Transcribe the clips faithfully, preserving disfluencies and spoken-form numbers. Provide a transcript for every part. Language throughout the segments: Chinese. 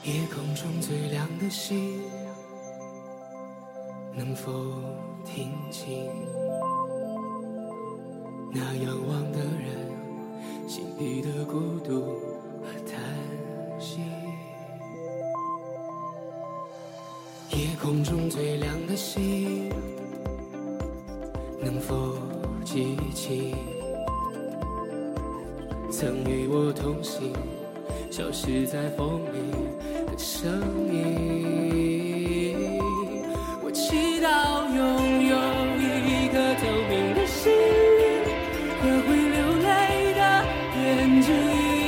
夜空中最亮的星，能否听清那仰望的人心底的孤独和叹息？夜空中最亮的星，能否记起曾与我同行消失在风里的声音？我祈祷拥有一颗透明的心和会流泪的眼睛，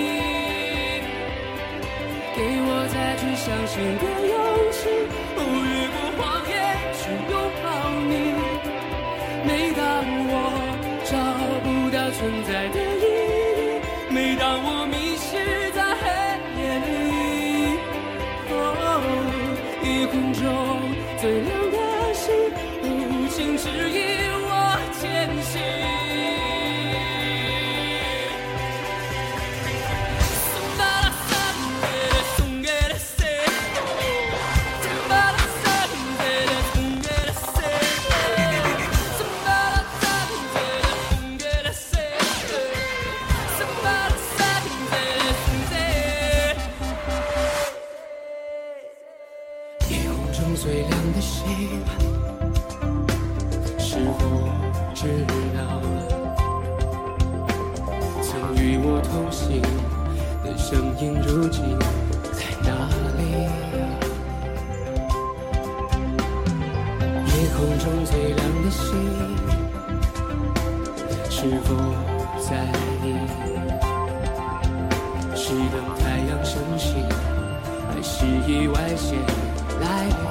给我再去相信的勇气，不越过谎言去拥抱你。每当我找不到存在的意义，每当我迷失在黑夜里，哦，夜空中最亮的星，哦，请指引我前行。最亮的星，是否知道曾与我同行的声音如今在哪里？夜空中最亮的星，是否在意？是等太阳升起，还是意外先来临？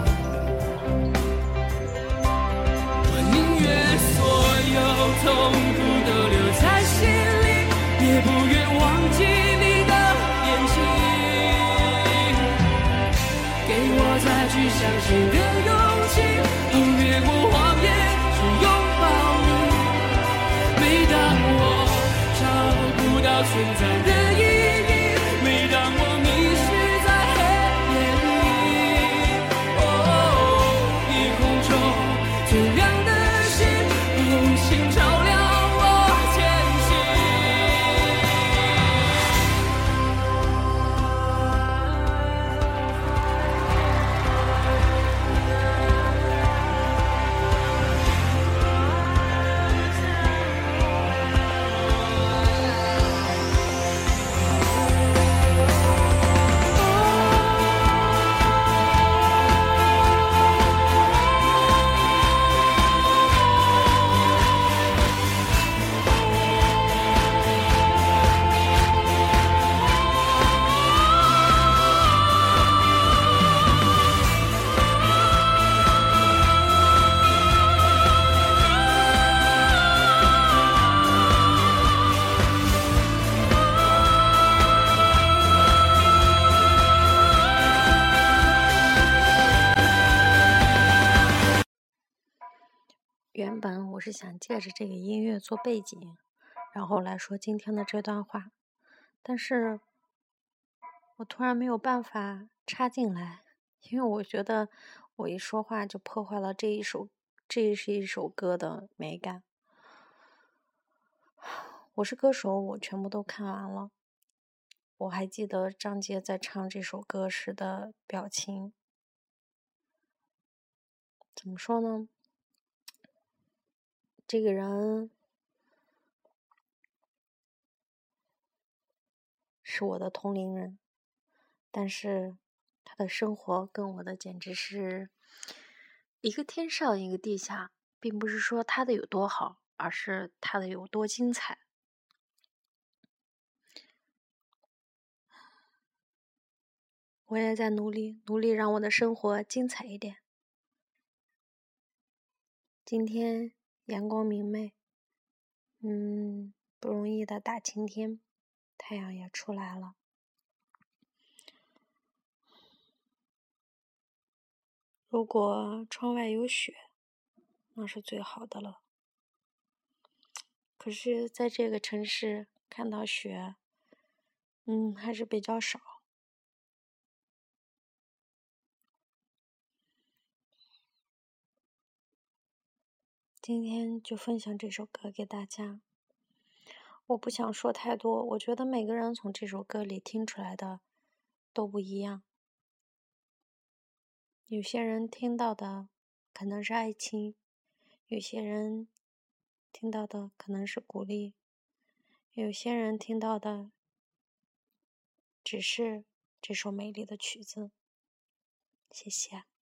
痛苦都留在心里，也不愿忘记你的眼睛，给我再去相信的勇气，哦，越过谎言去拥抱你。每当我找不到存在的意义，每当我迷失在黑夜里，哦，夜空中最亮的星，哦，请照亮我前行。 原本我是想借着这个音乐做背景，然后来说今天的这段话，但是我突然没有办法插进来，因为我觉得我一说话就破坏了这一首这是一首歌的美感。我是歌手，我全部都看完了，我还记得张杰在唱这首歌时的表情，怎么说呢？这个人是我的同龄人，但是他的生活跟我的简直是一个天上一个地下，并不是说他的有多好，而是他的有多精彩。我也在努力努力让我的生活精彩一点。今天阳光明媚，嗯，不容易的大晴天，太阳也出来了。如果窗外有雪，那是最好的了。可是在这个城市看到雪，嗯，还是比较少。 今天就分享这首歌给大家。我不想说太多，我觉得每个人从这首歌里听出来的都不一样。有些人听到的可能是爱情，有些人听到的可能是鼓励，有些人听到的只是这首美丽的曲子。谢谢。